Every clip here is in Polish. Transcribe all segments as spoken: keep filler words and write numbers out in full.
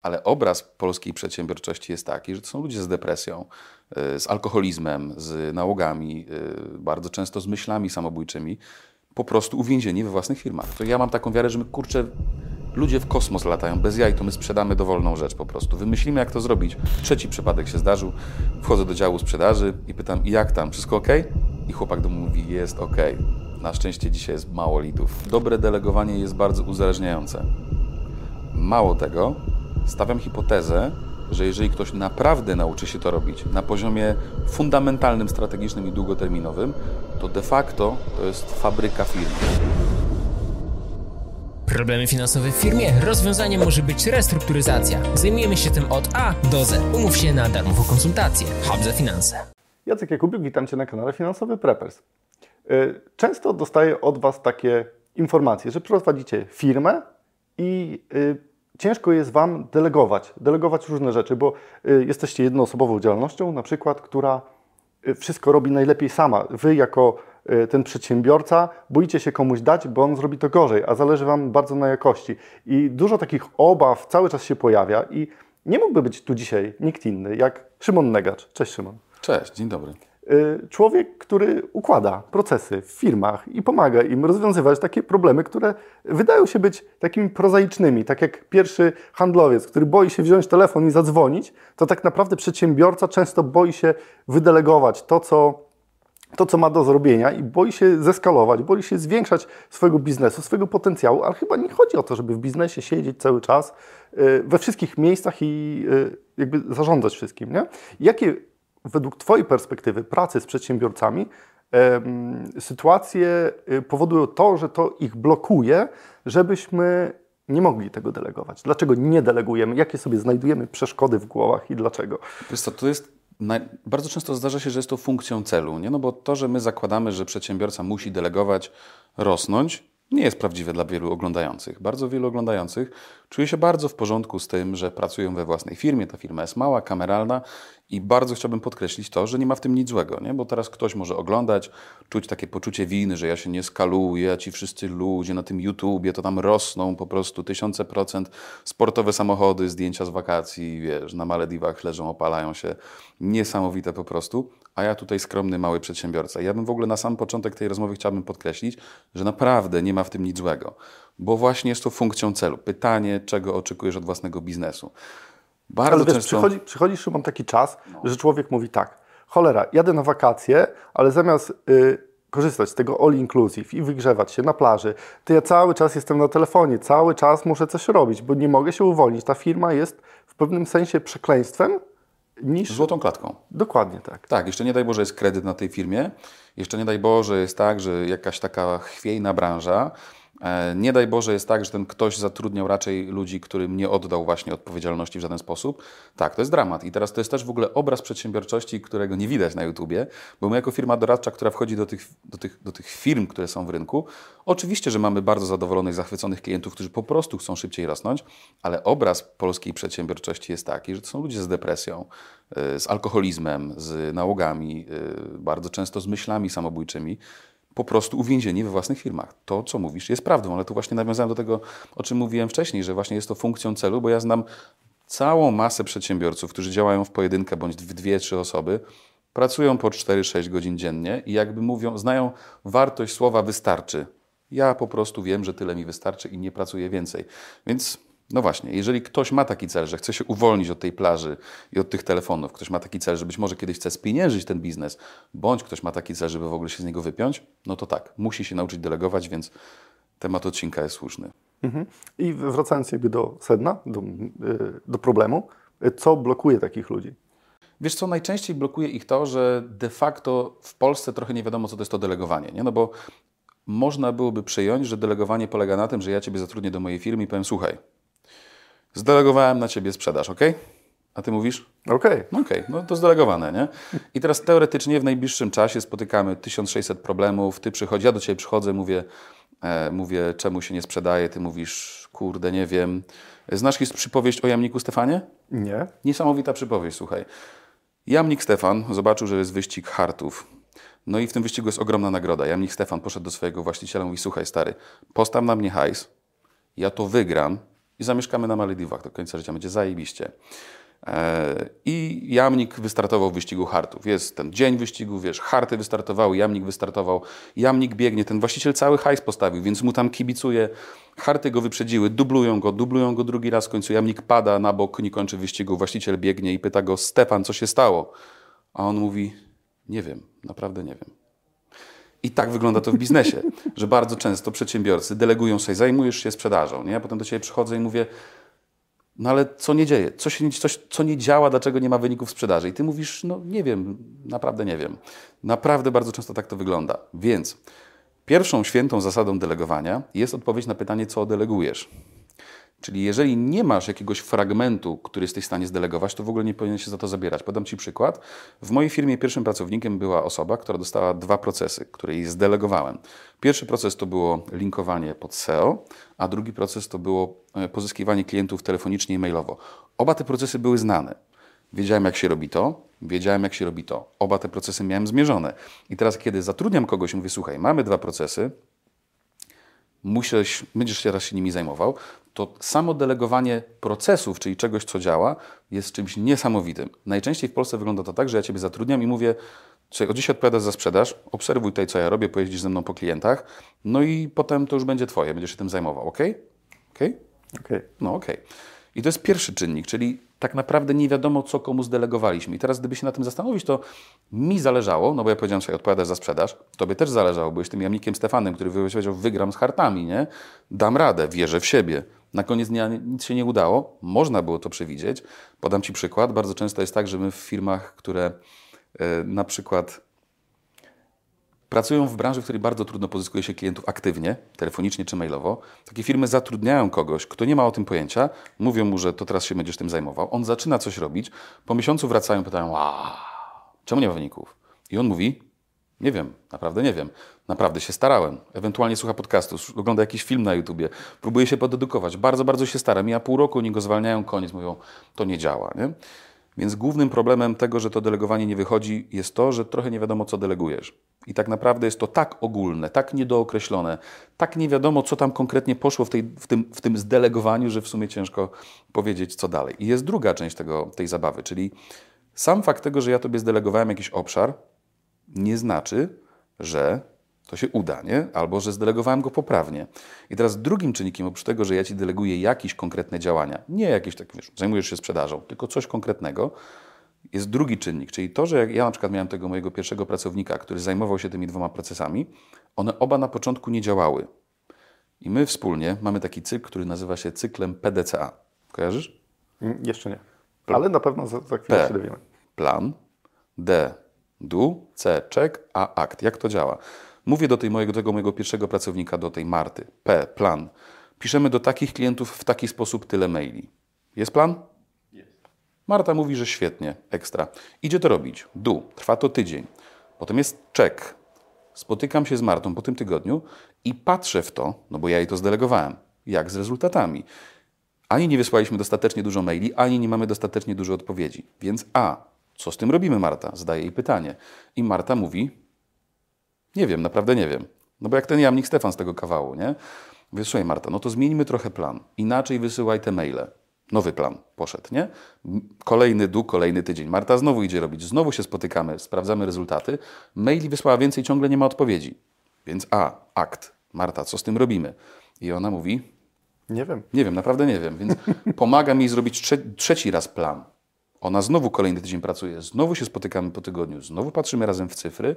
Ale obraz polskiej przedsiębiorczości jest taki, że to są ludzie z depresją, z alkoholizmem, z nałogami, bardzo często z myślami samobójczymi, po prostu uwięzieni we własnych firmach. To ja mam taką wiarę, że my, kurczę, ludzie w kosmos latają, bez jaj, to my sprzedamy dowolną rzecz po prostu. Wymyślimy, jak to zrobić. Trzeci przypadek się zdarzył. Wchodzę do działu sprzedaży i pytam, jak tam, wszystko ok? I chłopak do mnie mówi, jest ok. Na szczęście dzisiaj jest mało lidów. Dobre delegowanie jest bardzo uzależniające. Mało tego, stawiam hipotezę, że jeżeli ktoś naprawdę nauczy się to robić na poziomie fundamentalnym, strategicznym i długoterminowym, to de facto to jest fabryka firm. Problemy finansowe w firmie? Rozwiązaniem może być restrukturyzacja. Zajmujemy się tym od A do Z. Umów się na darmową konsultację. Hub za finanse. Jacek Jakubiuk, witam Cię na kanale Finansowy Preppers. Często dostaję od Was takie informacje, że prowadzicie firmę i ciężko jest Wam delegować, delegować różne rzeczy, bo jesteście jednoosobową działalnością, na przykład, która wszystko robi najlepiej sama. Wy jako ten przedsiębiorca boicie się komuś dać, bo on zrobi to gorzej, a zależy Wam bardzo na jakości. I dużo takich obaw cały czas się pojawia i nie mógłby być tu dzisiaj nikt inny jak Szymon Negacz. Cześć Szymon. Cześć, dzień dobry. Człowiek, który układa procesy w firmach i pomaga im rozwiązywać takie problemy, które wydają się być takimi prozaicznymi. Tak jak pierwszy handlowiec, który boi się wziąć telefon i zadzwonić, to tak naprawdę przedsiębiorca często boi się wydelegować to, co, to, co ma do zrobienia i boi się zeskalować, boi się zwiększać swojego biznesu, swojego potencjału, ale chyba nie chodzi o to, żeby w biznesie siedzieć cały czas we wszystkich miejscach i jakby zarządzać wszystkim, nie? Jakie według Twojej perspektywy pracy z przedsiębiorcami e, sytuacje powodują to, że to ich blokuje, żebyśmy nie mogli tego delegować? Dlaczego nie delegujemy? Jakie sobie znajdujemy przeszkody w głowach i dlaczego? Wiesz co, to jest naj... bardzo często zdarza się, że jest to funkcją celu, nie? No bo to, że my zakładamy, że przedsiębiorca musi delegować, rosnąć, nie jest prawdziwe dla wielu oglądających. Bardzo wielu oglądających czuje się bardzo w porządku z tym, że pracują we własnej firmie. Ta firma jest mała, kameralna i bardzo chciałbym podkreślić to, że nie ma w tym nic złego, nie? Bo teraz ktoś może oglądać, czuć takie poczucie winy, że ja się nie skaluję, a ci wszyscy ludzie na tym YouTubie to tam rosną po prostu tysiące procent, sportowe samochody, zdjęcia z wakacji, wiesz, na Malediwach leżą, opalają się. Niesamowite po prostu. A ja tutaj skromny, mały przedsiębiorca. Ja bym w ogóle na sam początek tej rozmowy chciałbym podkreślić, że naprawdę nie ma w tym nic złego, bo właśnie jest to funkcją celu. Pytanie, czego oczekujesz od własnego biznesu. Bardzo ale wiesz, często... przychodzi, przychodzi Szymon taki czas, no. że człowiek mówi tak, cholera, jadę na wakacje, ale zamiast y, korzystać z tego all inclusive i wygrzewać się na plaży, to ja cały czas jestem na telefonie, cały czas muszę coś robić, bo nie mogę się uwolnić. Ta firma jest w pewnym sensie przekleństwem, niż... Złotą klatką. Dokładnie tak. Tak, jeszcze nie daj Boże jest kredyt na tej firmie, jeszcze nie daj Boże jest tak, że jakaś taka chwiejna branża, e, nie daj Boże jest tak, że ten ktoś zatrudniał raczej ludzi, którym nie oddał właśnie odpowiedzialności w żaden sposób. Tak, to jest dramat. I teraz to jest też w ogóle obraz przedsiębiorczości, którego nie widać na YouTubie, bo my jako firma doradcza, która wchodzi do tych, do tych, do tych firm, które są w rynku, oczywiście, że mamy bardzo zadowolonych, zachwyconych klientów, którzy po prostu chcą szybciej rosnąć, ale obraz polskiej przedsiębiorczości jest taki, że to są ludzie z depresją, z alkoholizmem, z nałogami, bardzo często z myślami samobójczymi, po prostu uwięzieni we własnych firmach. To, co mówisz, jest prawdą, ale tu właśnie nawiązałem do tego, o czym mówiłem wcześniej, że właśnie jest to funkcją celu, bo ja znam całą masę przedsiębiorców, którzy działają w pojedynkę bądź w dwie, trzy osoby, pracują po cztery sześć godzin dziennie i jakby mówią, znają wartość słowa wystarczy. Ja po prostu wiem, że tyle mi wystarczy i nie pracuję więcej. Więc no właśnie, jeżeli ktoś ma taki cel, że chce się uwolnić od tej plaży i od tych telefonów, ktoś ma taki cel, że być może kiedyś chce spieniężyć ten biznes, bądź ktoś ma taki cel, żeby w ogóle się z niego wypiąć, no to tak, musi się nauczyć delegować, więc temat odcinka jest słuszny. Mhm. I wracając jakby do sedna, do, do problemu, co blokuje takich ludzi? Wiesz co, najczęściej blokuje ich to, że de facto w Polsce trochę nie wiadomo, co to jest to delegowanie, nie? No bo można byłoby przyjąć, że delegowanie polega na tym, że ja Ciebie zatrudnię do mojej firmy i powiem, słuchaj, zdelegowałem na Ciebie sprzedaż, ok? A Ty mówisz? Okej. Okay. Okej, okay, no to zdelegowane, nie? I teraz teoretycznie w najbliższym czasie spotykamy tysiąc sześćset problemów, Ty przychodzi, ja do Ciebie przychodzę, mówię, e, mówię, czemu się nie sprzedaje, Ty mówisz, kurde, nie wiem. Znasz jest przypowieść o Jamniku Stefanie? Nie. Niesamowita przypowieść, słuchaj. Jamnik Stefan zobaczył, że jest wyścig hartów. No i w tym wyścigu jest ogromna nagroda. Jamnik Stefan poszedł do swojego właściciela i mówi, słuchaj stary, postaw na mnie hajs, ja to wygram i zamieszkamy na Malediwach do końca życia, będzie zajebiście. I Jamnik wystartował w wyścigu hartów. Jest ten dzień wyścigu, wiesz, harty wystartowały, Jamnik wystartował, Jamnik biegnie, ten właściciel cały hajs postawił, więc mu tam kibicuje. Harty go wyprzedziły, dublują go, dublują go drugi raz, w końcu Jamnik pada na bok, nie kończy wyścigu, właściciel biegnie i pyta go: Stefan, co się stało? A on mówi: nie wiem, naprawdę nie wiem. I tak wygląda to w biznesie, że bardzo często przedsiębiorcy delegują sobie: zajmujesz się sprzedażą, nie? A potem do ciebie przychodzę i mówię: no ale co nie dzieje? Co, się, coś, co nie działa? Dlaczego nie ma wyników sprzedaży? I ty mówisz: no nie wiem, naprawdę nie wiem. Naprawdę bardzo często tak to wygląda. Więc pierwszą świętą zasadą delegowania jest odpowiedź na pytanie, co delegujesz. Czyli jeżeli nie masz jakiegoś fragmentu, który jesteś w stanie zdelegować, to w ogóle nie powinien się za to zabierać. Podam Ci przykład. W mojej firmie pierwszym pracownikiem była osoba, która dostała dwa procesy, które jej zdelegowałem. Pierwszy proces to było linkowanie pod S E O, a drugi proces to było pozyskiwanie klientów telefonicznie i mailowo. Oba te procesy były znane. Wiedziałem, jak się robi to, wiedziałem, jak się robi to. Oba te procesy miałem zmierzone. I teraz, kiedy zatrudniam kogoś, mówię: słuchaj, mamy dwa procesy, musisz, będziesz się teraz się nimi zajmował, to samo delegowanie procesów, czyli czegoś, co działa, jest czymś niesamowitym. Najczęściej w Polsce wygląda to tak, że ja Ciebie zatrudniam i mówię: słuchaj, od dzisiaj odpowiadasz za sprzedaż, obserwuj tutaj, co ja robię, pojeździsz ze mną po klientach, no i potem to już będzie Twoje, będziesz się tym zajmował, ok? Ok? Okay. No ok. I to jest pierwszy czynnik, czyli tak naprawdę nie wiadomo, co komu zdelegowaliśmy. I teraz, gdyby się na tym zastanowić, to mi zależało, no bo ja powiedziałem sobie: odpowiadasz za sprzedaż, Tobie też zależało, byłeś tym Jamnikiem Stefanem, który powiedział: wygram z hartami, nie? Dam radę, wierzę w siebie. Na koniec dnia nic się nie udało, można było to przewidzieć. Podam Ci przykład. Bardzo często jest tak, że my w firmach, które yy, na przykład pracują w branży, w której bardzo trudno pozyskuje się klientów aktywnie, telefonicznie czy mailowo. Takie firmy zatrudniają kogoś, kto nie ma o tym pojęcia, mówią mu, że to teraz się będziesz tym zajmował. On zaczyna coś robić, po miesiącu wracają i pytają: wow, czemu nie ma wyników? I on mówi: nie wiem, naprawdę nie wiem. Naprawdę się starałem. Ewentualnie słucha podcastu, ogląda jakiś film na YouTubie, próbuje się podedukować. Bardzo, bardzo się stara. Mija pół roku, oni go zwalniają, koniec. Mówią: to nie działa, nie? Więc głównym problemem tego, że to delegowanie nie wychodzi, jest to, że trochę nie wiadomo, co delegujesz. I tak naprawdę jest to tak ogólne, tak niedookreślone, tak nie wiadomo, co tam konkretnie poszło w, tej, w, tym, w tym zdelegowaniu, że w sumie ciężko powiedzieć, co dalej. I jest druga część tego, tej zabawy, czyli sam fakt tego, że ja Tobie zdelegowałem jakiś obszar, nie znaczy, że to się uda, nie? Albo że zdelegowałem go poprawnie. I teraz drugim czynnikiem, oprócz tego, że ja Ci deleguję jakieś konkretne działania, nie jakieś, tak wiesz, zajmujesz się sprzedażą, tylko coś konkretnego, jest drugi czynnik, czyli to, że jak ja na przykład miałem tego mojego pierwszego pracownika, który zajmował się tymi dwoma procesami, one oba na początku nie działały. I my wspólnie mamy taki cykl, który nazywa się cyklem P D C A. Kojarzysz? Mm, jeszcze nie, ale na pewno za, za chwilę P, się dowiemy. Plan, D, do, C, check, A, akt. Jak to działa? Mówię do tej mojego, tego mojego pierwszego pracownika, do tej Marty. P, plan. Piszemy do takich klientów w taki sposób tyle maili. Jest plan? Jest. Marta mówi, że świetnie, ekstra. Idzie to robić. Do. Trwa to tydzień. Potem jest check. Spotykam się z Martą po tym tygodniu i patrzę w to, no bo ja jej to zdelegowałem, jak z rezultatami. Ani nie wysłaliśmy dostatecznie dużo maili, ani nie mamy dostatecznie dużo odpowiedzi. Więc A, co z tym robimy, Marta? Zadaję jej pytanie. I Marta mówi: nie wiem, naprawdę nie wiem. No bo jak ten Jamnik Stefan z tego kawału, nie? Mówię: słuchaj, Marta, no to zmieńmy trochę plan. Inaczej wysyłaj te maile. Nowy plan poszedł, nie? Kolejny dół, kolejny tydzień. Marta znowu idzie robić. Znowu się spotykamy, sprawdzamy rezultaty. Maili wysłała więcej, ciągle nie ma odpowiedzi. Więc A, akt. Marta, co z tym robimy? I ona mówi: nie wiem. Nie wiem, naprawdę nie wiem. Więc pomagam jej zrobić trze trzeci raz plan. Ona znowu kolejny tydzień pracuje. Znowu się spotykamy po tygodniu. Znowu patrzymy razem w cyfry.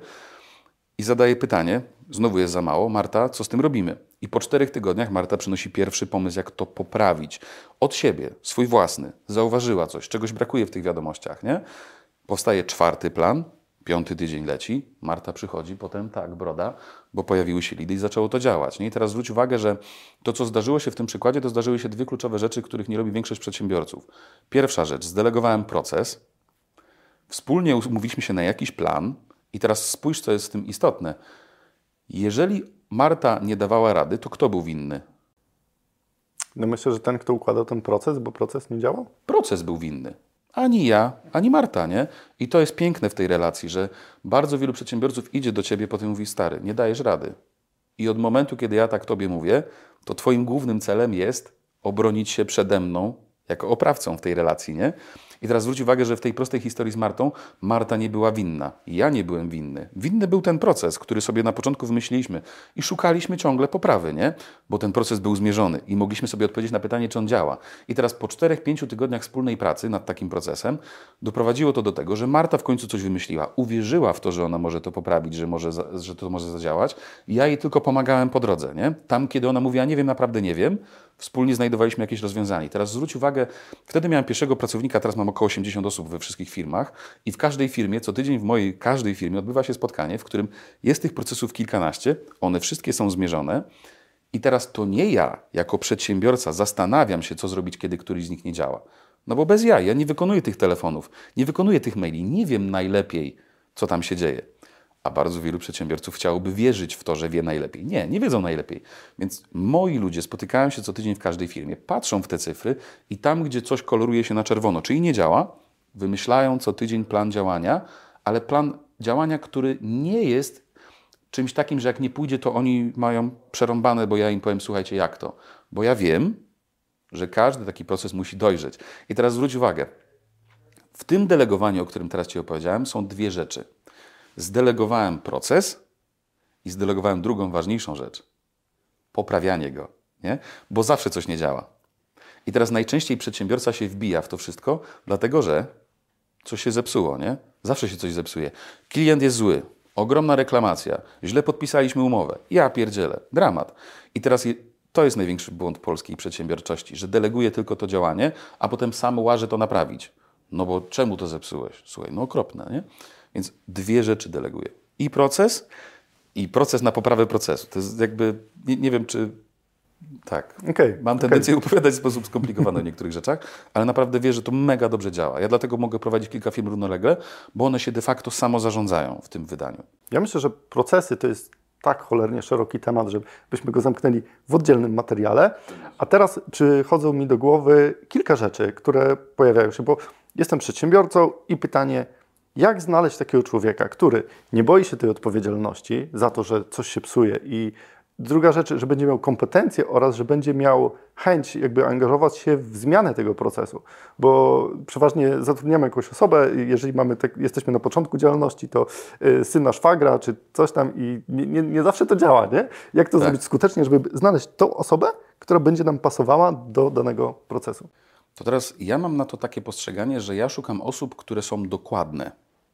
I zadaje pytanie, znowu jest za mało: Marta, co z tym robimy? I po czterech tygodniach Marta przynosi pierwszy pomysł, jak to poprawić. Od siebie, swój własny. Zauważyła coś, czegoś brakuje w tych wiadomościach, nie? Powstaje czwarty plan, piąty tydzień leci, Marta przychodzi, potem tak, broda, bo pojawiły się lidy i zaczęło to działać. Nie? I teraz zwróć uwagę, że to, co zdarzyło się w tym przykładzie, to zdarzyły się dwie kluczowe rzeczy, których nie robi większość przedsiębiorców. Pierwsza rzecz, zdelegowałem proces, wspólnie umówiliśmy się na jakiś plan. I teraz spójrz, co jest w tym istotne. Jeżeli Marta nie dawała rady, to kto był winny? No myślę, że ten, kto układał ten proces, bo proces nie działał? Proces był winny. Ani ja, ani Marta, nie? I to jest piękne w tej relacji, że bardzo wielu przedsiębiorców idzie do Ciebie, potem mówi: stary, nie dajesz rady. I od momentu, kiedy ja tak Tobie mówię, to Twoim głównym celem jest obronić się przede mną jako oprawcą w tej relacji, nie? I teraz zwróć uwagę, że w tej prostej historii z Martą, Marta nie była winna. Ja nie byłem winny. Winny był ten proces, który sobie na początku wymyśliliśmy i szukaliśmy ciągle poprawy, nie? Bo ten proces był zmierzony i mogliśmy sobie odpowiedzieć na pytanie, czy on działa. I teraz po czterech, pięciu tygodniach wspólnej pracy nad takim procesem doprowadziło to do tego, że Marta w końcu coś wymyśliła. Uwierzyła w to, że ona może to poprawić, że, może, że to może zadziałać. I ja jej tylko pomagałem po drodze, nie? Tam, kiedy ona mówiła, nie wiem, naprawdę nie wiem, wspólnie znajdowaliśmy jakieś rozwiązanie. I teraz zwróć uwagę, wtedy miałem pierwszego pracownika, teraz mam około osiemdziesiąt osób we wszystkich firmach i w każdej firmie, co tydzień w mojej każdej firmie odbywa się spotkanie, w którym jest tych procesów kilkanaście, one wszystkie są zmierzone i teraz to nie ja jako przedsiębiorca zastanawiam się, co zrobić, kiedy któryś z nich nie działa. No bo bez ja, ja nie wykonuję tych telefonów, nie wykonuję tych maili, nie wiem najlepiej, co tam się dzieje. A bardzo wielu przedsiębiorców chciałoby wierzyć w to, że wie najlepiej. Nie, nie wiedzą najlepiej. Więc moi ludzie spotykają się co tydzień w każdej firmie, patrzą w te cyfry i tam, gdzie coś koloruje się na czerwono, czyli nie działa, wymyślają co tydzień plan działania, ale plan działania, który nie jest czymś takim, że jak nie pójdzie, to oni mają przerąbane, bo ja im powiem, słuchajcie, jak to? Bo ja wiem, że każdy taki proces musi dojrzeć. I teraz zwróć uwagę, w tym delegowaniu, o którym teraz Ci opowiedziałem, są dwie rzeczy. Zdelegowałem proces i zdelegowałem drugą ważniejszą rzecz. Poprawianie go, nie? Bo zawsze coś nie działa. I teraz najczęściej przedsiębiorca się wbija w to wszystko, dlatego że coś się zepsuło, nie? Zawsze się coś zepsuje. Klient jest zły, ogromna reklamacja, źle podpisaliśmy umowę, ja pierdzielę, dramat. I teraz je, to jest największy błąd polskiej przedsiębiorczości, że deleguje tylko to działanie, a potem sam łaże to naprawić. No bo czemu to zepsułeś? Słuchaj, no okropne, nie? Więc dwie rzeczy deleguję. I proces, i proces na poprawę procesu. To jest jakby, nie, nie wiem czy... Tak, okay, mam tendencję okay. opowiadać w sposób skomplikowany o niektórych rzeczach, ale naprawdę wierzę, że to mega dobrze działa. Ja dlatego mogę prowadzić kilka firm równolegle, bo one się de facto samo zarządzają w tym wydaniu. Ja myślę, że procesy to jest tak cholernie szeroki temat, żebyśmy go zamknęli w oddzielnym materiale. A teraz przychodzą mi do głowy kilka rzeczy, które pojawiają się, bo jestem przedsiębiorcą i pytanie, jak znaleźć takiego człowieka, który nie boi się tej odpowiedzialności za to, że coś się psuje i druga rzecz, że będzie miał kompetencje oraz, że będzie miał chęć jakby angażować się w zmianę tego procesu, bo przeważnie zatrudniamy jakąś osobę, jeżeli mamy te, jesteśmy na początku działalności, to y, syna szwagra czy coś tam i nie, nie, nie zawsze to działa, nie? Jak to tak. zrobić skutecznie, żeby znaleźć tą osobę, która będzie nam pasowała do danego procesu? To teraz ja mam na to takie postrzeganie, że ja szukam osób, które są dokładne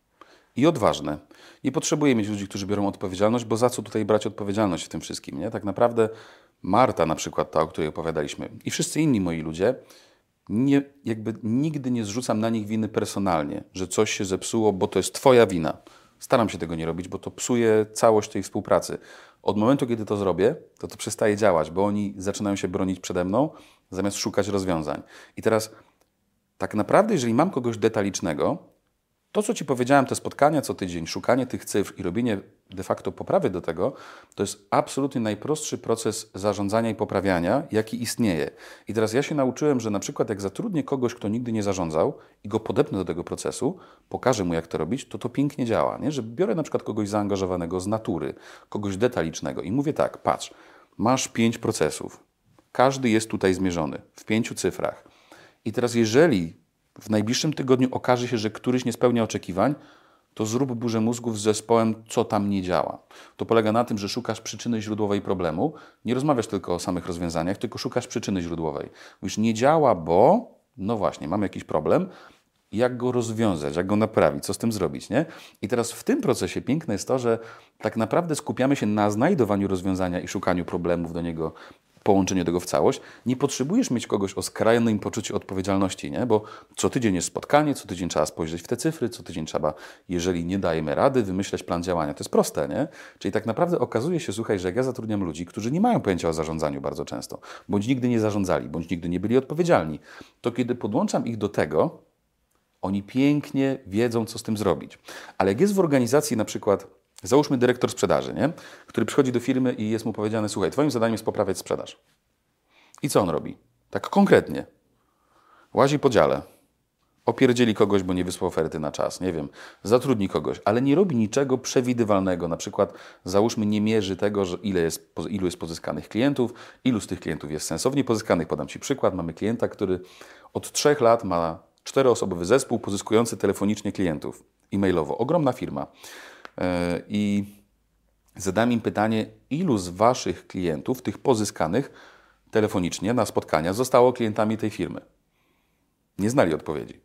i odważne. Nie potrzebuję mieć ludzi, którzy biorą odpowiedzialność, bo za co tutaj brać odpowiedzialność w tym wszystkim, nie? Tak naprawdę Marta na przykład, ta, o której opowiadaliśmy, i wszyscy inni moi ludzie, nie, jakby nigdy nie zrzucam na nich winy personalnie, że coś się zepsuło, bo to jest twoja wina. Staram się tego nie robić, bo to psuje całość tej współpracy. Od momentu, kiedy to zrobię, to to przestaje działać, bo oni zaczynają się bronić przede mną, zamiast szukać rozwiązań. I teraz tak naprawdę, jeżeli mam kogoś detalicznego, to, co Ci powiedziałem, te spotkania co tydzień, szukanie tych cyfr i robienie de facto poprawy do tego, to jest absolutnie najprostszy proces zarządzania i poprawiania, jaki istnieje. I teraz ja się nauczyłem, że na przykład jak zatrudnię kogoś, kto nigdy nie zarządzał i go podepnę do tego procesu, pokażę mu, jak to robić, to to pięknie działa, nie? Że biorę na przykład kogoś zaangażowanego z natury, kogoś detalicznego i mówię tak, patrz, masz pięć procesów, każdy jest tutaj zmierzony w pięciu cyfrach. I teraz jeżeli w najbliższym tygodniu okaże się, że któryś nie spełnia oczekiwań, to zrób burzę mózgów z zespołem, co tam nie działa. To polega na tym, że szukasz przyczyny źródłowej problemu, nie rozmawiasz tylko o samych rozwiązaniach, tylko szukasz przyczyny źródłowej. Mówisz, nie działa, bo, no właśnie, mamy jakiś problem, jak go rozwiązać, jak go naprawić, co z tym zrobić, nie? I teraz w tym procesie piękne jest to, że tak naprawdę skupiamy się na znajdowaniu rozwiązania i szukaniu problemów do niego, połączeniu tego w całość. Nie potrzebujesz mieć kogoś o skrajnym poczuciu odpowiedzialności, nie? Bo co tydzień jest spotkanie, co tydzień trzeba spojrzeć w te cyfry, co tydzień trzeba, jeżeli nie dajemy rady, wymyśleć plan działania. To jest proste, nie? Czyli tak naprawdę okazuje się, słuchaj, że jak ja zatrudniam ludzi, którzy nie mają pojęcia o zarządzaniu bardzo często, bądź nigdy nie zarządzali, bądź nigdy nie byli odpowiedzialni, to kiedy podłączam ich do tego, oni pięknie wiedzą, co z tym zrobić. Ale jak jest w organizacji na przykład, załóżmy dyrektor sprzedaży, nie? Który przychodzi do firmy i jest mu powiedziane, słuchaj, twoim zadaniem jest poprawiać sprzedaż. I co on robi? Tak konkretnie. Łazi po dziale. opierdzieli kogoś, bo nie wysłał oferty na czas, nie wiem, zatrudni kogoś, ale nie robi niczego przewidywalnego. Na przykład załóżmy nie mierzy tego, że ile jest, ilu jest pozyskanych klientów, ilu z tych klientów jest sensownie pozyskanych. Podam Ci przykład. Mamy klienta, który od trzech lat ma czteroosobowy zespół pozyskujący telefonicznie klientów e-mailowo. Ogromna firma. Yy, I zadam im pytanie, ilu z Waszych klientów, tych pozyskanych telefonicznie na spotkania, zostało klientami tej firmy. Nie znali odpowiedzi.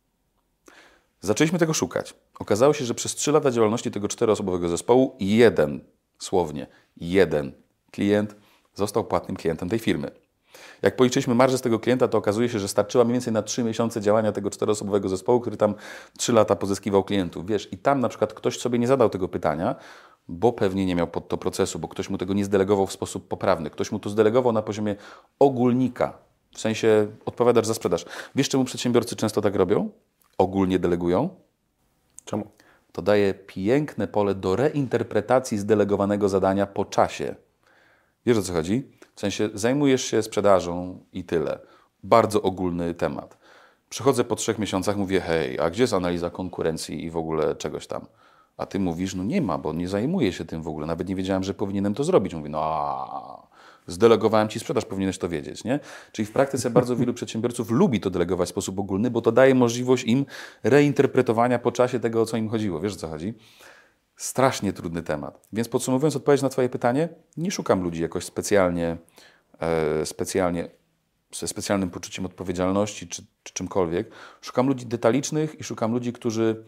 Zaczęliśmy tego szukać. Okazało się, że przez trzy lata działalności tego czteroosobowego zespołu jeden, słownie jeden klient został płatnym klientem tej firmy. Jak policzyliśmy marżę z tego klienta, to okazuje się, że starczyła mniej więcej na trzy miesiące działania tego czteroosobowego zespołu, który tam trzy lata pozyskiwał klientów. Wiesz, i tam na przykład ktoś sobie nie zadał tego pytania, bo pewnie nie miał pod to procesu, bo ktoś mu tego nie zdelegował w sposób poprawny. Ktoś mu to zdelegował na poziomie ogólnika. W sensie odpowiadasz za sprzedaż. Wiesz, czemu przedsiębiorcy często tak robią? Ogólnie delegują? Czemu? To daje piękne pole do reinterpretacji zdelegowanego zadania po czasie. Wiesz, o co chodzi? W sensie zajmujesz się sprzedażą i tyle. Bardzo ogólny temat. Przychodzę po trzech miesiącach, mówię, hej, a gdzie jest analiza konkurencji i w ogóle czegoś tam? A ty mówisz, no nie ma, bo nie zajmuję się tym w ogóle. Nawet nie wiedziałem, że powinienem to zrobić. Mówię, no a, zdelegowałem Ci sprzedaż, powinieneś to wiedzieć, nie? Czyli w praktyce bardzo wielu przedsiębiorców lubi to delegować w sposób ogólny, bo to daje możliwość im reinterpretowania po czasie tego, o co im chodziło. Wiesz, o co chodzi? Strasznie trudny temat. Więc podsumowując odpowiedź na Twoje pytanie, nie szukam ludzi jakoś specjalnie, e, specjalnie ze specjalnym poczuciem odpowiedzialności czy, czy czymkolwiek. Szukam ludzi detalicznych i szukam ludzi, którzy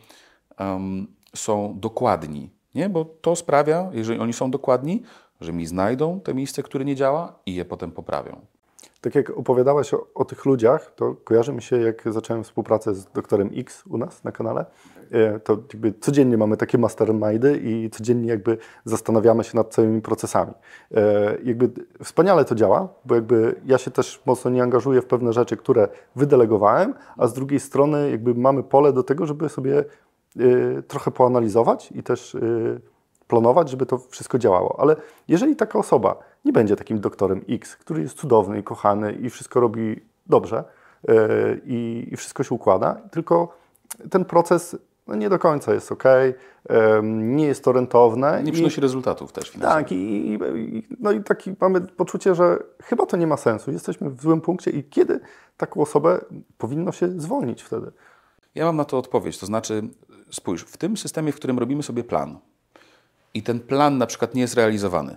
um, są dokładni, nie? Bo to sprawia, jeżeli oni są dokładni, że mi znajdą te miejsce, które nie działa i je potem poprawią. Tak jak opowiadałeś o, o tych ludziach, to kojarzy mi się, jak zacząłem współpracę z doktorem X u nas na kanale, to jakby codziennie mamy takie mastermindy i codziennie jakby zastanawiamy się nad całymi procesami. Jakby wspaniale to działa, bo jakby ja się też mocno nie angażuję w pewne rzeczy, które wydelegowałem, a z drugiej strony jakby mamy pole do tego, żeby sobie trochę poanalizować i też planować, żeby to wszystko działało. Ale jeżeli taka osoba nie będzie takim doktorem X, który jest cudowny i kochany i wszystko robi dobrze yy, i, i wszystko się układa, tylko ten proces no, nie do końca jest ok, yy, nie jest to rentowne. Nie przynosi i, rezultatów też finansowych. Tak, i, i, no i taki mamy poczucie, że chyba to nie ma sensu. Jesteśmy w złym punkcie i kiedy taką osobę powinno się zwolnić wtedy? Ja mam na to odpowiedź. To znaczy, spójrz, w tym systemie, w którym robimy sobie plan, i ten plan na przykład nie jest realizowany.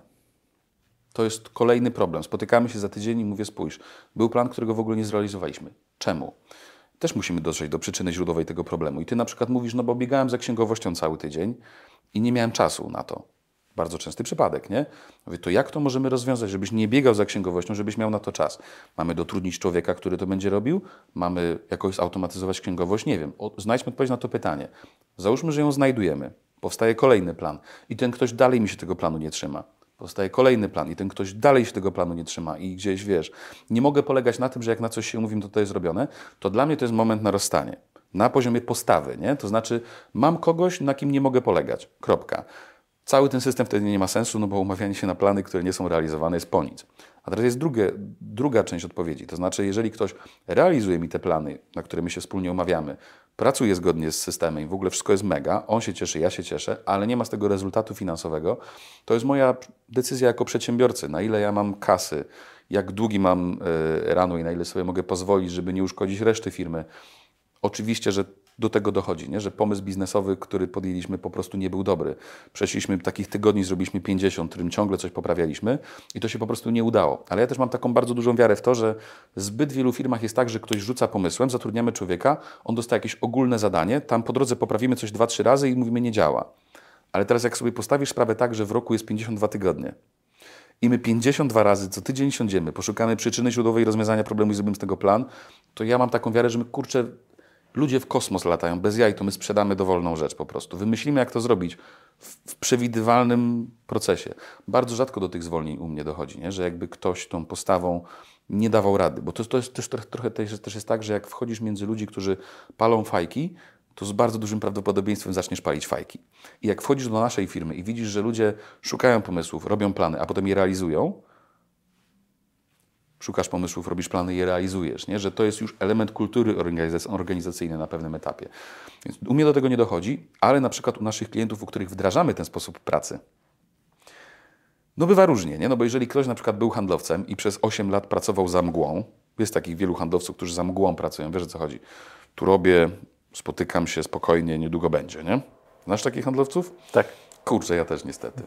To jest kolejny problem. Spotykamy się za tydzień i mówię, spójrz, był plan, którego w ogóle nie zrealizowaliśmy. Czemu? Też musimy dotrzeć do przyczyny źródłowej tego problemu. I ty na przykład mówisz, no bo biegałem za księgowością cały tydzień i nie miałem czasu na to. Bardzo częsty przypadek, nie? Mówię, to jak to możemy rozwiązać, żebyś nie biegał za księgowością, żebyś miał na to czas? Mamy dotrudnić człowieka, który to będzie robił? Mamy jakoś zautomatyzować księgowość? Nie wiem. O, znajdźmy odpowiedź na to pytanie. Załóżmy, że ją znajdujemy. Powstaje kolejny plan i ten ktoś dalej mi się tego planu nie trzyma. Powstaje kolejny plan i ten ktoś dalej się tego planu nie trzyma i gdzieś, wiesz, nie mogę polegać na tym, że jak na coś się umówimy, to to jest zrobione, to dla mnie to jest moment na rozstanie. Na poziomie postawy, nie? To znaczy mam kogoś, na kim nie mogę polegać. Kropka. Cały ten system wtedy nie ma sensu, no bo umawianie się na plany, które nie są realizowane, jest po nic. A teraz jest drugie, druga część odpowiedzi. To znaczy, jeżeli ktoś realizuje mi te plany, na które my się wspólnie umawiamy, pracuje zgodnie z systemem i w ogóle wszystko jest mega, on się cieszy, ja się cieszę, ale nie ma z tego rezultatu finansowego, to jest moja decyzja jako przedsiębiorcy, na ile ja mam kasy, jak długi mam y, rano i na ile sobie mogę pozwolić, żeby nie uszkodzić reszty firmy. Oczywiście, że do tego dochodzi, nie? Że pomysł biznesowy, który podjęliśmy, po prostu nie był dobry. Przeszliśmy takich tygodni, zrobiliśmy pięćdziesiąt, którym ciągle coś poprawialiśmy i to się po prostu nie udało. Ale ja też mam taką bardzo dużą wiarę w to, że w zbyt wielu firmach jest tak, że ktoś rzuca pomysłem, zatrudniamy człowieka, on dostaje jakieś ogólne zadanie, tam po drodze poprawimy coś dwa, trzy razy i mówimy, nie działa. Ale teraz jak sobie postawisz sprawę tak, że w roku jest pięćdziesiąt dwa tygodnie i my pięćdziesiąt dwa razy co tydzień siądziemy, poszukamy przyczyny źródłowej rozwiązania problemu i zrobimy z tego plan, to ja mam taką wiarę, że my, kurczę, ludzie w kosmos latają bez jaj, to my sprzedamy dowolną rzecz po prostu. Wymyślimy, jak to zrobić w, w przewidywalnym procesie. Bardzo rzadko do tych zwolnień u mnie dochodzi, nie? Że jakby ktoś tą postawą nie dawał rady. Bo to, to jest też trochę, trochę też, też jest tak, że jak wchodzisz między ludzi, którzy palą fajki, to z bardzo dużym prawdopodobieństwem zaczniesz palić fajki. I jak wchodzisz do naszej firmy i widzisz, że ludzie szukają pomysłów, robią plany, a potem je realizują, szukasz pomysłów, robisz plany i je realizujesz, nie? Że to jest już element kultury organizacyjnej na pewnym etapie. Więc u mnie do tego nie dochodzi, ale na przykład u naszych klientów, u których wdrażamy ten sposób pracy, no bywa różnie, nie? No bo jeżeli ktoś na przykład był handlowcem i przez osiem lat pracował za mgłą, jest takich wielu handlowców, którzy za mgłą pracują, wiesz o co chodzi. Tu robię, spotykam się spokojnie, niedługo będzie, nie? Znasz takich handlowców? Tak. Kurczę, ja też niestety.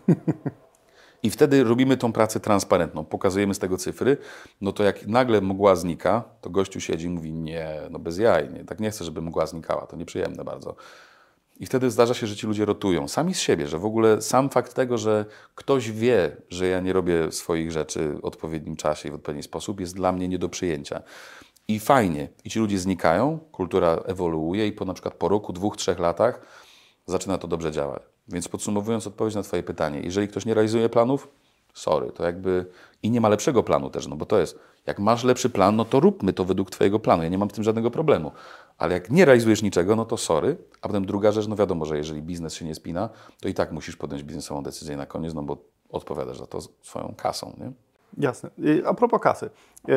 I wtedy robimy tą pracę transparentną, pokazujemy z tego cyfry, no to jak nagle mgła znika, to gościu siedzi i mówi, nie, no bez jaj, nie, tak nie chcę, żeby mgła znikała, to nieprzyjemne bardzo. I wtedy zdarza się, że ci ludzie rotują sami z siebie, że w ogóle sam fakt tego, że ktoś wie, że ja nie robię swoich rzeczy w odpowiednim czasie i w odpowiedni sposób, jest dla mnie nie do przyjęcia. I fajnie. I ci ludzie znikają, kultura ewoluuje i po na przykład po roku, dwóch, trzech latach zaczyna to dobrze działać. Więc podsumowując odpowiedź na twoje pytanie, jeżeli ktoś nie realizuje planów, sorry, to jakby i nie ma lepszego planu też, no bo to jest, jak masz lepszy plan, no to róbmy to według twojego planu, ja nie mam z tym żadnego problemu. Ale jak nie realizujesz niczego, no to sorry. A potem druga rzecz, no wiadomo, że jeżeli biznes się nie spina, to i tak musisz podjąć biznesową decyzję na koniec, no bo odpowiadasz za to swoją kasą, nie? Jasne. A propos kasy.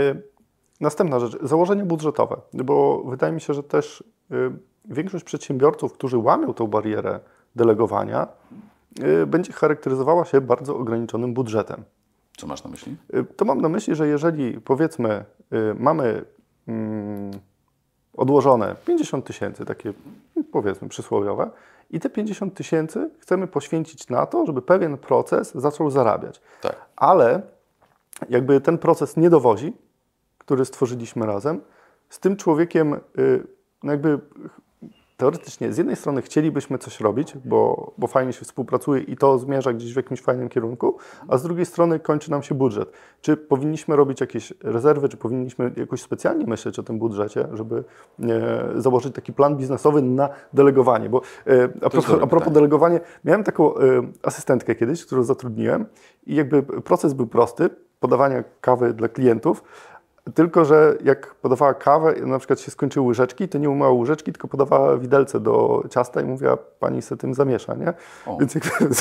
Następna rzecz, założenie budżetowe, bo wydaje mi się, że też większość przedsiębiorców, którzy łamią tą barierę delegowania, będzie charakteryzowała się bardzo ograniczonym budżetem. Co masz na myśli? To mam na myśli, że jeżeli powiedzmy mamy mm, odłożone pięćdziesiąt tysięcy, takie powiedzmy przysłowiowe, i te pięćdziesiąt tysięcy chcemy poświęcić na to, żeby pewien proces zaczął zarabiać. Tak. Ale jakby ten proces nie dowozi, który stworzyliśmy razem, z tym człowiekiem no jakby teoretycznie z jednej strony chcielibyśmy coś robić, bo, bo fajnie się współpracuje i to zmierza gdzieś w jakimś fajnym kierunku, a z drugiej strony kończy nam się budżet. Czy powinniśmy robić jakieś rezerwy, czy powinniśmy jakoś specjalnie myśleć o tym budżecie, żeby e, założyć taki plan biznesowy na delegowanie? Bo e, a, propos, a propos delegowania, miałem taką e, asystentkę kiedyś, którą zatrudniłem i jakby proces był prosty, podawania kawy dla klientów, tylko że jak podawała kawę, na przykład się skończyły łyżeczki, to nie umyła łyżeczki, tylko podawała widelce do ciasta i mówiła, pani se tym zamiesza, nie? O. Więc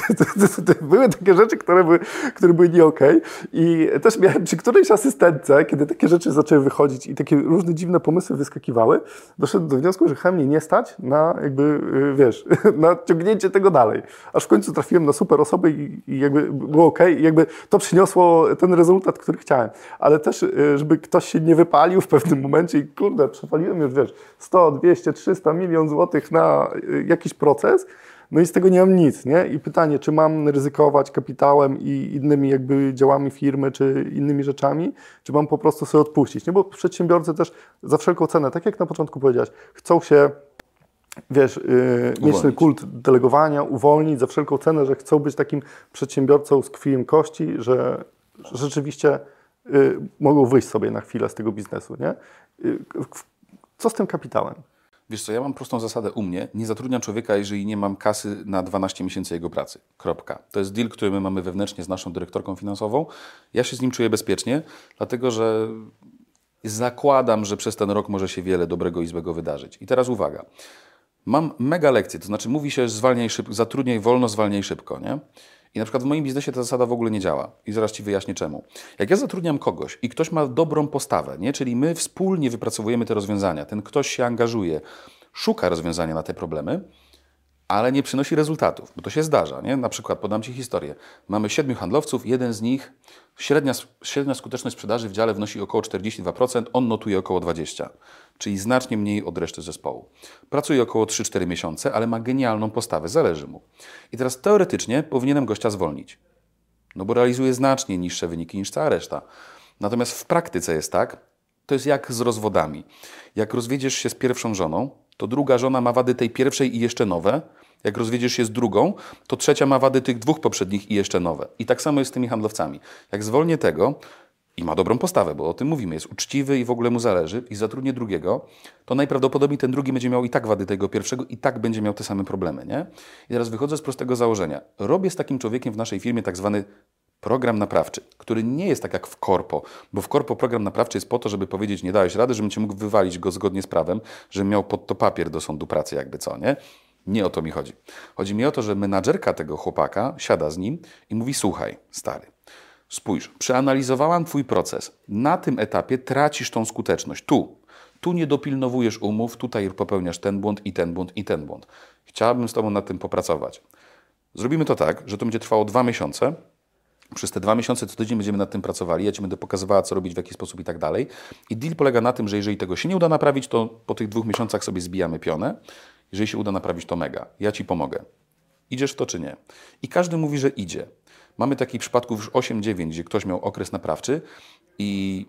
były takie rzeczy, które były, które były nie okej. I też miałem przy którejś asystentce, kiedy takie rzeczy zaczęły wychodzić i takie różne dziwne pomysły wyskakiwały, doszedłem do wniosku, że chyba mnie nie stać na jakby, wiesz, na ciągnięcie tego dalej. Aż w końcu trafiłem na super osoby i, i jakby było okej i jakby to przyniosło ten rezultat, który chciałem. Ale też, żeby ktoś się nie wypalił w pewnym momencie i kurde, przepaliłem już, wiesz, sto, dwieście, trzysta milion złotych na jakiś proces, no i z tego nie mam nic, nie? I pytanie, czy mam ryzykować kapitałem i innymi jakby działami firmy, czy innymi rzeczami, czy mam po prostu sobie odpuścić, nie? Bo przedsiębiorcy też za wszelką cenę, tak jak na początku powiedziałeś, chcą się, wiesz, yy, mieć ten kult delegowania, uwolnić za wszelką cenę, że chcą być takim przedsiębiorcą z krwią kości, że rzeczywiście Y, mogą wyjść sobie na chwilę z tego biznesu, nie? Y, co z tym kapitałem? Wiesz co, ja mam prostą zasadę u mnie. Nie zatrudniam człowieka, jeżeli nie mam kasy na dwanaście miesięcy jego pracy. Kropka. To jest deal, który my mamy wewnętrznie z naszą dyrektorką finansową. Ja się z nim czuję bezpiecznie, dlatego że zakładam, że przez ten rok może się wiele dobrego i złego wydarzyć. I teraz uwaga. Mam mega lekcję, to znaczy mówi się, zwalniaj szybko, zatrudniaj wolno, zwalniaj szybko, nie? I na przykład w moim biznesie ta zasada w ogóle nie działa. I zaraz ci wyjaśnię czemu. Jak ja zatrudniam kogoś i ktoś ma dobrą postawę, nie? Czyli my wspólnie wypracowujemy te rozwiązania, ten ktoś się angażuje, szuka rozwiązania na te problemy, ale nie przynosi rezultatów, bo to się zdarza, nie? Na przykład podam ci historię. Mamy siedmiu handlowców, jeden z nich, średnia, średnia skuteczność sprzedaży w dziale wynosi około czterdzieści dwa procent, on notuje około dwadzieścia procent, czyli znacznie mniej od reszty zespołu. Pracuje około trzy cztery miesiące, ale ma genialną postawę, zależy mu. I teraz teoretycznie powinienem gościa zwolnić, no bo realizuje znacznie niższe wyniki niż cała reszta. Natomiast w praktyce jest tak, to jest jak z rozwodami. Jak rozwiedziesz się z pierwszą żoną, to druga żona ma wady tej pierwszej i jeszcze nowe. Jak rozwiedziesz się z drugą, to trzecia ma wady tych dwóch poprzednich i jeszcze nowe. I tak samo jest z tymi handlowcami. Jak zwolnię tego i ma dobrą postawę, bo o tym mówimy, jest uczciwy i w ogóle mu zależy i zatrudnię drugiego, to najprawdopodobniej ten drugi będzie miał i tak wady tego pierwszego i tak będzie miał te same problemy, nie? I teraz wychodzę z prostego założenia. Robię z takim człowiekiem w naszej firmie tak zwany program naprawczy, który nie jest tak jak w korpo, bo w korpo program naprawczy jest po to, żeby powiedzieć, nie dałeś rady, żebym cię mógł wywalić go zgodnie z prawem, żebym miał pod to papier do sądu pracy jakby co, nie? Nie o to mi chodzi. Chodzi mi o to, że menadżerka tego chłopaka siada z nim i mówi, słuchaj, stary, spójrz, przeanalizowałam twój proces. Na tym etapie tracisz tą skuteczność. Tu. Tu nie dopilnowujesz umów, tutaj popełniasz ten błąd i ten błąd i ten błąd. Chciałabym z tobą nad tym popracować. Zrobimy to tak, że to będzie trwało dwa miesiące. Przez te dwa miesiące co tydzień będziemy nad tym pracowali. Ja ci będę pokazywała, co robić, w jaki sposób i tak dalej. I deal polega na tym, że jeżeli tego się nie uda naprawić, to po tych dwóch miesiącach sobie zbijamy pionę. Jeżeli się uda naprawić, to mega. Ja ci pomogę. Idziesz w to czy nie? I każdy mówi, że idzie. Mamy takich przypadków już osiem dziewięć, gdzie ktoś miał okres naprawczy i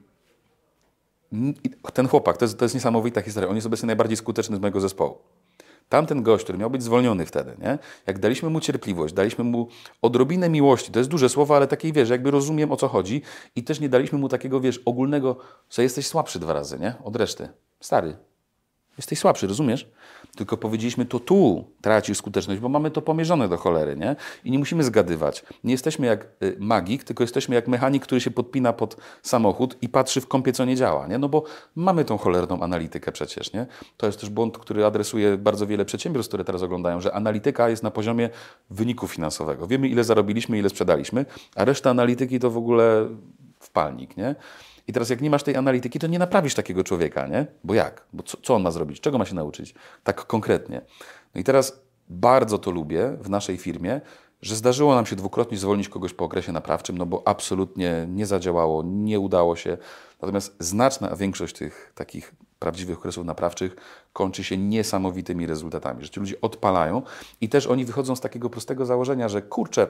ten chłopak, to jest, to jest niesamowita historia, on jest obecnie najbardziej skuteczny z mojego zespołu. Tamten gość, który miał być zwolniony wtedy, nie? Jak daliśmy mu cierpliwość, daliśmy mu odrobinę miłości, to jest duże słowo, ale takiej, wiesz, jakby rozumiem, o co chodzi i też nie daliśmy mu takiego, wiesz, ogólnego, że jesteś słabszy dwa razy, nie? Od reszty. Stary, jesteś słabszy, rozumiesz? Tylko powiedzieliśmy, to tu tracisz skuteczność, bo mamy to pomierzone do cholery, nie? I nie musimy zgadywać. Nie jesteśmy jak y, magik, tylko jesteśmy jak mechanik, który się podpina pod samochód i patrzy w kąpie, co nie działa, nie? No bo mamy tą cholerną analitykę przecież, nie? To jest też błąd, który adresuje bardzo wiele przedsiębiorstw, które teraz oglądają, że analityka jest na poziomie wyniku finansowego. Wiemy, ile zarobiliśmy, ile sprzedaliśmy, a reszta analityki to w ogóle wpalnik, nie? I teraz jak nie masz tej analityki, to nie naprawisz takiego człowieka, nie? Bo jak? Bo co, co on ma zrobić? Czego ma się nauczyć? Tak konkretnie. No i teraz bardzo to lubię w naszej firmie, że zdarzyło nam się dwukrotnie zwolnić kogoś po okresie naprawczym, no bo absolutnie nie zadziałało, nie udało się. Natomiast znaczna większość tych takich prawdziwych okresów naprawczych kończy się niesamowitymi rezultatami, że ci ludzie odpalają i też oni wychodzą z takiego prostego założenia, że kurczę,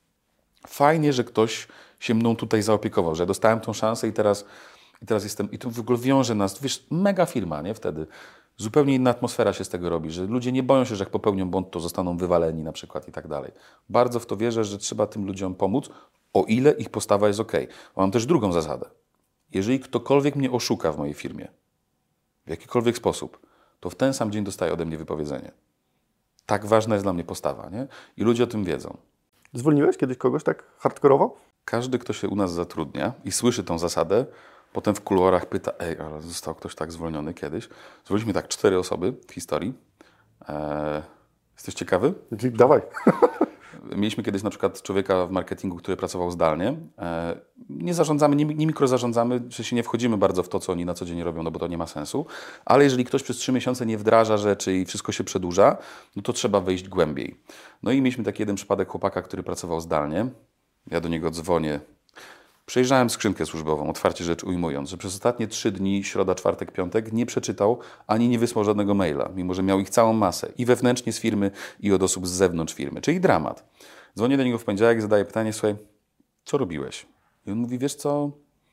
fajnie, że ktoś się mną tutaj zaopiekował, że ja dostałem tą szansę i teraz, i teraz jestem, i to w ogóle wiąże nas, wiesz, mega firma, nie, wtedy. Zupełnie inna atmosfera się z tego robi, że ludzie nie boją się, że jak popełnią błąd, to zostaną wywaleni na przykład i tak dalej. Bardzo w to wierzę, że trzeba tym ludziom pomóc, o ile ich postawa jest okej. Mam też drugą zasadę. Jeżeli ktokolwiek mnie oszuka w mojej firmie, w jakikolwiek sposób, to w ten sam dzień dostaje ode mnie wypowiedzenie. Tak ważna jest dla mnie postawa, nie? I ludzie o tym wiedzą. Zwolniłeś kiedyś kogoś tak hardkorowo? Każdy, kto się u nas zatrudnia i słyszy tą zasadę, potem w kuluarach pyta, ej, ale został ktoś tak zwolniony kiedyś. Zwolniliśmy tak cztery osoby w historii. Eee, jesteś ciekawy? Dawaj. Mieliśmy kiedyś na przykład człowieka w marketingu, który pracował zdalnie. Eee, nie zarządzamy, nie, nie mikrozarządzamy, że się nie wchodzimy bardzo w to, co oni na co dzień robią, no bo to nie ma sensu. Ale jeżeli ktoś przez trzy miesiące nie wdraża rzeczy i wszystko się przedłuża, no to trzeba wejść głębiej. No i mieliśmy taki jeden przypadek chłopaka, który pracował zdalnie. Ja do niego dzwonię. Przejrzałem skrzynkę służbową, otwarcie rzecz ujmując, że przez ostatnie trzy dni, środa, czwartek, piątek, nie przeczytał ani nie wysłał żadnego maila, mimo że miał ich całą masę i wewnętrznie z firmy, i od osób z zewnątrz firmy, czyli dramat. Dzwonię do niego w poniedziałek i zadaję pytanie, słuchaj, co robiłeś? I on mówi, wiesz co,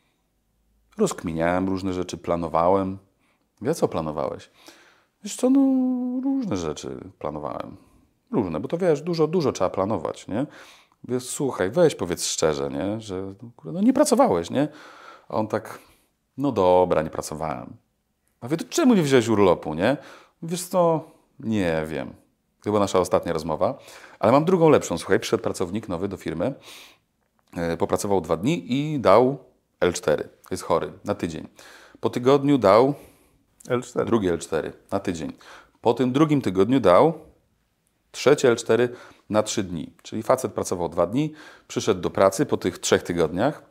rozkminiałem różne rzeczy, planowałem. Mówię, a co planowałeś? Wiesz co, no różne rzeczy planowałem. Różne, bo to wiesz, dużo, dużo trzeba planować, nie? Mówię, słuchaj, weź powiedz szczerze, nie? Że no nie pracowałeś, nie? A on tak, no dobra, nie pracowałem. A mówię, to czemu nie wziąłeś urlopu, nie? Wiesz co, nie wiem. To była nasza ostatnia rozmowa. Ale mam drugą lepszą, słuchaj, przyszedł pracownik nowy do firmy, yy, popracował dwa dni i dał L cztery. Jest chory, na tydzień. Po tygodniu dał L cztery. drugie L cztery, na tydzień. Po tym drugim tygodniu dał trzecie L cztery na trzy dni. Czyli facet pracował dwa dni, przyszedł do pracy po tych trzech tygodniach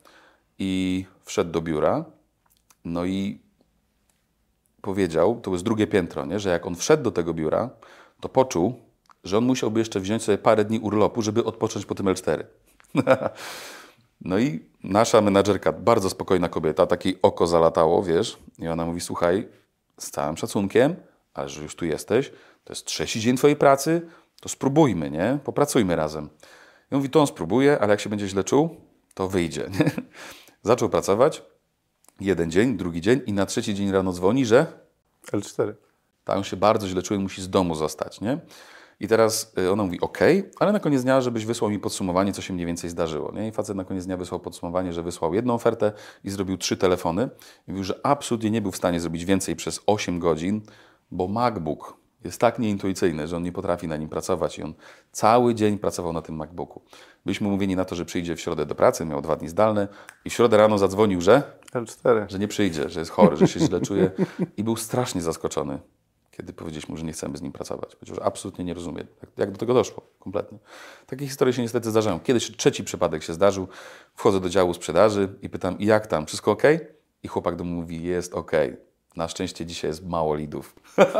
i wszedł do biura. No i powiedział, to jest drugie piętro, nie? Że jak on wszedł do tego biura, to poczuł, że on musiałby jeszcze wziąć sobie parę dni urlopu, żeby odpocząć po tym L cztery. No i nasza menadżerka, bardzo spokojna kobieta, takiej oko zalatało, wiesz, i ona mówi, słuchaj, z całym szacunkiem, ale że już tu jesteś, to jest trzeci dzień twojej pracy, to spróbujmy, nie? Popracujmy razem. I on mówi, to on spróbuje, ale jak się będzie źle czuł, to wyjdzie, nie? Zaczął pracować, jeden dzień, drugi dzień i na trzeci dzień rano dzwoni, że L cztery. tak, on się bardzo źle czuje, musi z domu zostać, nie? I teraz ona mówi, okej, okay, ale na koniec dnia, żebyś wysłał mi podsumowanie, co się mniej więcej zdarzyło, nie? I facet na koniec dnia wysłał podsumowanie, że wysłał jedną ofertę i zrobił trzy telefony. I mówił, że absolutnie nie był w stanie zrobić więcej przez osiem godzin, bo MacBook jest tak nieintuicyjny, że on nie potrafi na nim pracować i on cały dzień pracował na tym MacBooku. Byliśmy umówieni na to, że przyjdzie w środę do pracy, miał dwa dni zdalne i w środę rano zadzwonił, że, L cztery. że nie przyjdzie, że jest chory, że się źle czuje i był strasznie zaskoczony, kiedy powiedzieliśmy, że nie chcemy z nim pracować. Powiedział, że absolutnie nie rozumie, jak, jak do tego doszło, kompletnie. Takie historie się niestety zdarzają. Kiedyś trzeci przypadek się zdarzył, wchodzę do działu sprzedaży i pytam, jak tam, wszystko ok? I chłopak do mnie mówi, jest ok. Na szczęście dzisiaj jest mało lidów.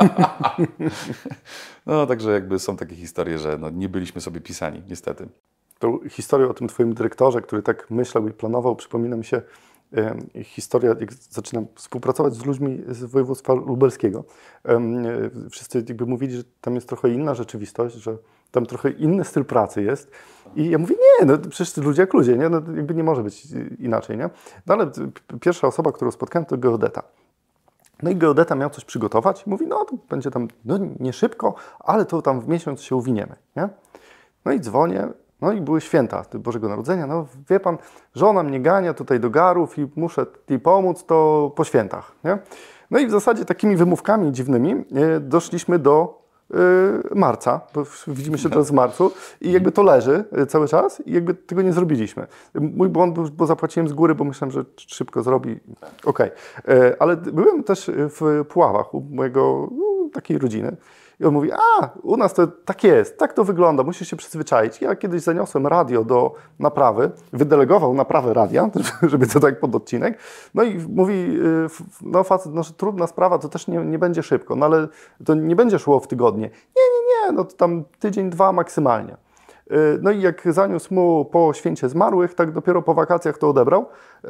No, także jakby są takie historie, że no, nie byliśmy sobie pisani, niestety. Tą historię o tym twoim dyrektorze, który tak myślał i planował, przypomina mi się e, historia, jak zaczynam współpracować z ludźmi z województwa lubelskiego. E, wszyscy jakby mówili, że tam jest trochę inna rzeczywistość, że tam trochę inny styl pracy jest. I ja mówię, nie, no przecież ludzie jak ludzie, nie? No, jakby nie może być inaczej, nie? No ale pierwsza osoba, którą spotkałem, to geodeta. No i geodeta miał coś przygotować i mówi, no to będzie tam, no nie szybko, ale to tam w miesiąc się uwiniemy, nie? No i dzwonię, no i były święta Bożego Narodzenia, no wie pan, żona mnie gania tutaj do garów i muszę jej pomóc, to po świętach, nie? No i w zasadzie takimi wymówkami dziwnymi e, doszliśmy do e, marca, bo widzimy się teraz w marcu i jakby to leży e, cały czas i jakby tego nie zrobiliśmy. Mój błąd był, bo zapłaciłem z góry, bo myślałem, że szybko zrobi. Okej, okay. Ale byłem też w Puławach u mojego no, takiej rodziny. I on mówi, a u nas to tak jest, tak to wygląda, musisz się przyzwyczaić. Ja kiedyś zaniosłem radio do naprawy, wydelegował naprawę radia, żeby to tak pod odcinek. No i mówi, no facet, no, trudna sprawa, to też nie, nie będzie szybko, no ale to nie będzie szło w tygodnie. Nie, nie, nie, no to tam tydzień, dwa maksymalnie. No i jak zaniósł mu po święcie zmarłych, tak dopiero po wakacjach to odebrał,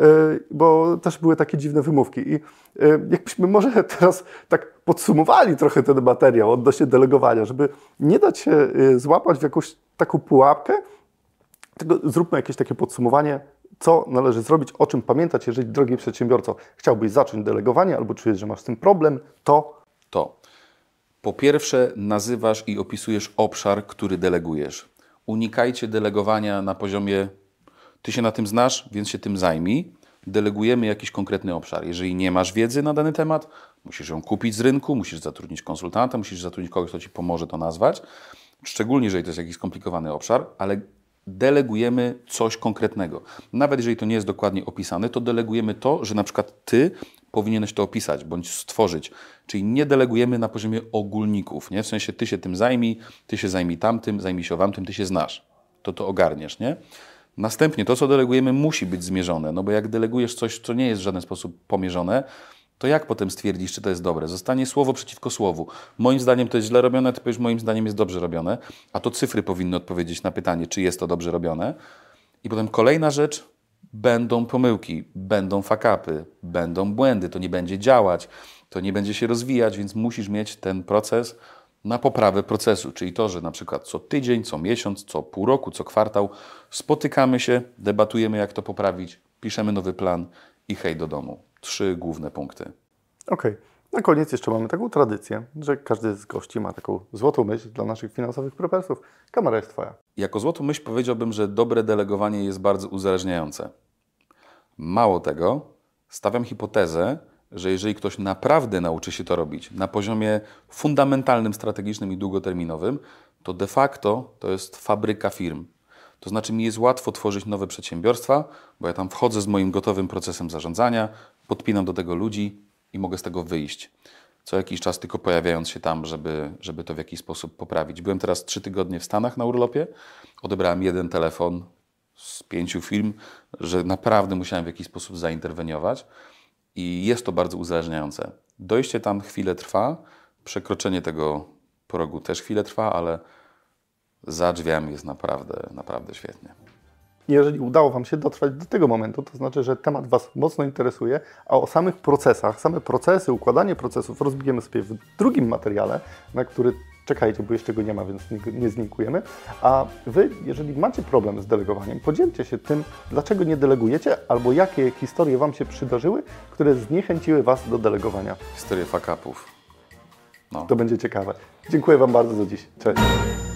bo też były takie dziwne wymówki. I jakbyśmy może teraz tak podsumowali trochę ten materiał odnośnie delegowania, żeby nie dać się złapać w jakąś taką pułapkę, tylko zróbmy jakieś takie podsumowanie, co należy zrobić, o czym pamiętać, jeżeli, drogi przedsiębiorco, chciałbyś zacząć delegowanie albo czujesz, że masz z tym problem, to... To. Po pierwsze, nazywasz i opisujesz obszar, który delegujesz. Unikajcie delegowania na poziomie ty się na tym znasz, więc się tym zajmij. Delegujemy jakiś konkretny obszar. Jeżeli nie masz wiedzy na dany temat, musisz ją kupić z rynku, musisz zatrudnić konsultanta, musisz zatrudnić kogoś, kto ci pomoże to nazwać. Szczególnie, jeżeli to jest jakiś skomplikowany obszar, ale delegujemy coś konkretnego. Nawet jeżeli to nie jest dokładnie opisane, to delegujemy to, że na przykład ty powinieneś to opisać bądź stworzyć. Czyli nie delegujemy na poziomie ogólników, nie? W sensie ty się tym zajmij, ty się zajmij tamtym, zajmij się owamtym, ty się znasz. To to ogarniesz, nie? Następnie to, co delegujemy, musi być zmierzone, no bo jak delegujesz coś, co nie jest w żaden sposób pomierzone, to jak potem stwierdzisz, czy to jest dobre? Zostanie słowo przeciwko słowu. Moim zdaniem to jest źle robione, ty powiesz, moim zdaniem jest dobrze robione, a to cyfry powinny odpowiedzieć na pytanie, czy jest to dobrze robione. I potem kolejna rzecz, będą pomyłki, będą fuck-upy, będą błędy, to nie będzie działać, to nie będzie się rozwijać, więc musisz mieć ten proces na poprawę procesu, czyli to, że na przykład co tydzień, co miesiąc, co pół roku, co kwartał spotykamy się, debatujemy, jak to poprawić, piszemy nowy plan i hej do domu. Trzy główne punkty. Okej. Okay. Na koniec jeszcze mamy taką tradycję, że każdy z gości ma taką złotą myśl dla naszych finansowych prepersów. Kamera jest twoja. Jako złotą myśl powiedziałbym, że dobre delegowanie jest bardzo uzależniające. Mało tego, stawiam hipotezę, że jeżeli ktoś naprawdę nauczy się to robić na poziomie fundamentalnym, strategicznym i długoterminowym, to de facto to jest fabryka firm. To znaczy mi jest łatwo tworzyć nowe przedsiębiorstwa, bo ja tam wchodzę z moim gotowym procesem zarządzania, podpinam do tego ludzi i mogę z tego wyjść. Co jakiś czas tylko pojawiając się tam, żeby, żeby to w jakiś sposób poprawić. Byłem teraz trzy tygodnie w Stanach na urlopie, odebrałem jeden telefon z pięciu firm, że naprawdę musiałem w jakiś sposób zainterweniować i jest to bardzo uzależniające. Dojście tam chwilę trwa, przekroczenie tego progu też chwilę trwa, ale za drzwiami jest naprawdę, naprawdę świetnie. Jeżeli udało Wam się dotrwać do tego momentu, to znaczy, że temat Was mocno interesuje, a o samych procesach, same procesy, układanie procesów rozbijemy sobie w drugim materiale, na który czekajcie, bo jeszcze go nie ma, więc nie, nie zlinkujemy. A Wy, jeżeli macie problem z delegowaniem, podzielcie się tym, dlaczego nie delegujecie, albo jakie historie Wam się przydarzyły, które zniechęciły Was do delegowania. Historie fuck-upów. No. To będzie ciekawe. Dziękuję Wam bardzo za dziś. Cześć.